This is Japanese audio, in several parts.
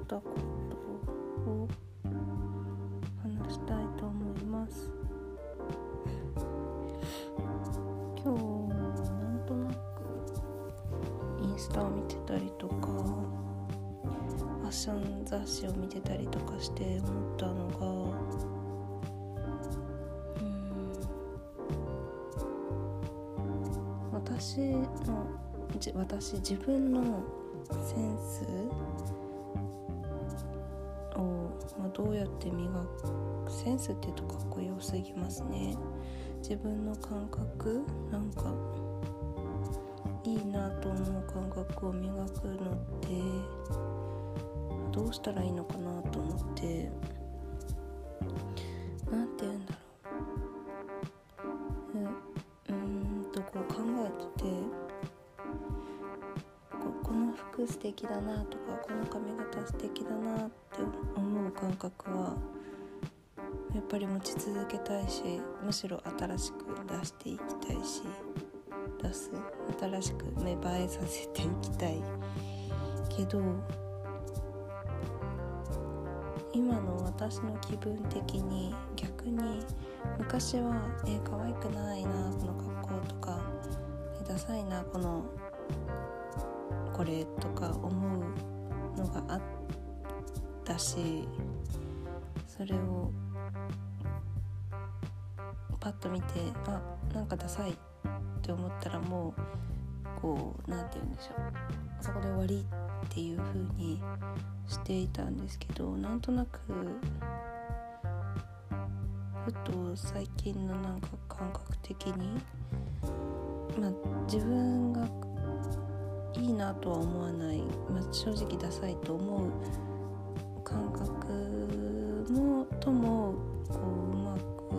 ったことを話したいと思います。今日なんとなくインスタを見てたりとかファッション雑誌を見てたりとかして思ったのが、自分のセンスを、どうやって磨く、センスって言うとかっこよすぎますね。自分の感覚、なんかいいなと思う感覚を磨くのってどうしたらいいのかなと思って、なんて言うんだろう、こう考えてて、この服素敵だなとか、この髪型素敵だなって思う感覚はやっぱり持ち続けたいし、むしろ新しく出していきたいし、新しく芽生えさせていきたいけど、今の私の気分的に逆に昔は可愛くないなこの格好とか、ダサいなこれとか思うのがあったし、それをパッと見てなんかダサいって思ったらもうこうなんて言うんでしょう、そこで終わりっていう風にしていたんですけど、なんとなくふと最近のなんか感覚的に、自分がいいなとは思わない、正直ダサいと思う感覚ともこううまく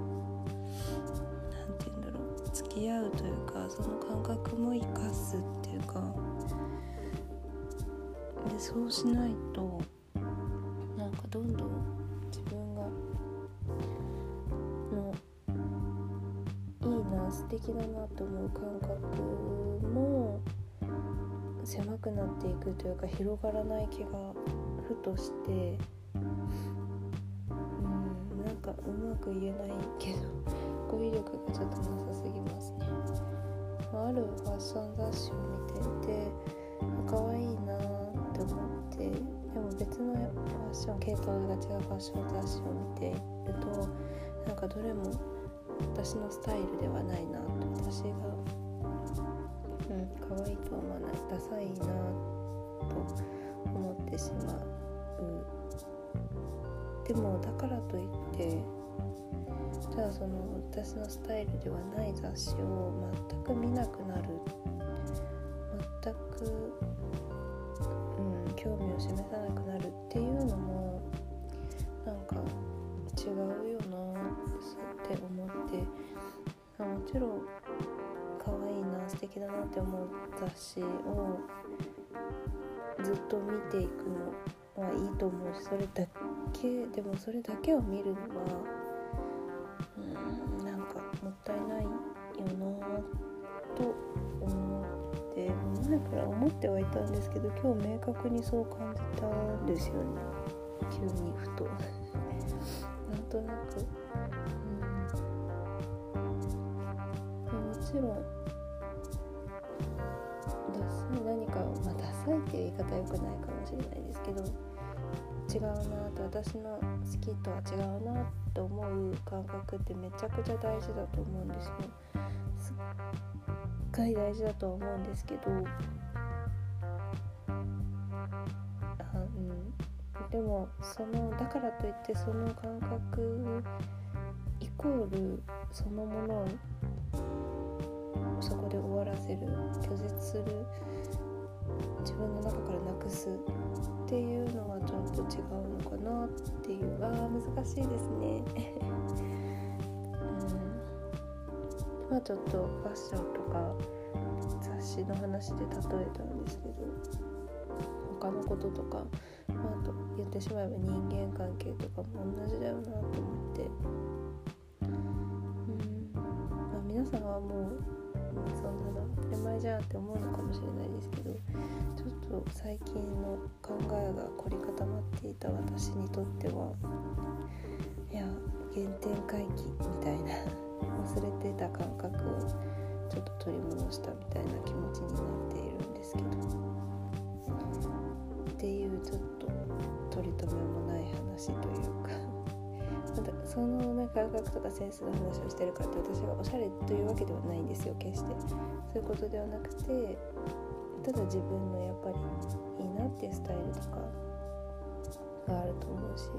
なんて言うんだろう、付き合うというか、その感覚も生かすっていうかで、そうしないとなんかどんどん自分がのいいな素敵だなと思う感覚も狭くなっていくというか、広がらない気がふとして、なんかうまく言えないけど語彙力がちょっとなさすぎますね。あるファッション雑誌を見ていて可愛いなって思って、でも別のファッション系統が違うファッション雑誌を見ていると、なんかどれも私のスタイルではないなと、私が可愛いとは思わない、ダサいなと思ってしまう。でもだからといってじゃあその私のスタイルではない雑誌を全く見なくなる、全く、興味を示さなくなるっていうのもなんか違うよなって思って、もちろん可愛いな素敵だなって思う雑誌をずっと見ていくのはいいと思うし、それだけを見るのはなんかもったいないよなと思って前から思ってはいたんですけど、今日明確にそう感じたんですよね。急にふとなんとなく、もちろん何か、ダサいっていう言い方は良くないかもしれないですけど、違うなと、私の好きとは違うなと思う感覚ってめちゃくちゃ大事だと思うんですよ。すっごい大事だとは思うんですけど、でもだからといってその感覚イコールそのものをそこで終わらせる、拒絶する、自分の中からなくすっていうのはちょっと違うのかなっていう、難しいですねちょっとファッションとか雑誌の話で例えたんですけど、他のこととか、あと言ってしまえば人間関係とかも同じだよなと思って、皆さんはもうそんなの当たり前じゃんって思うのかもしれないですけど、ちょっと最近の考えが凝り固ていた私にとってはいや原点回帰みたいな忘れてた感覚をちょっと取り戻したみたいな気持ちになっているんですけど、っていうちょっと取り留めもない話というかその感覚とかセンスの話をしてるからって私がおしゃれというわけではないんですよ、決してそういうことではなくて、ただ自分のやっぱりいいなっていうスタイルとかがあると思うし、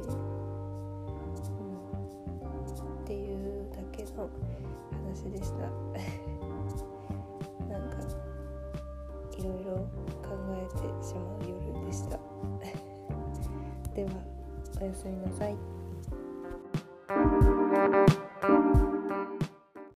っていうだけの話でしたなんかいろいろ考えてしまう夜でしたではおやすみなさい。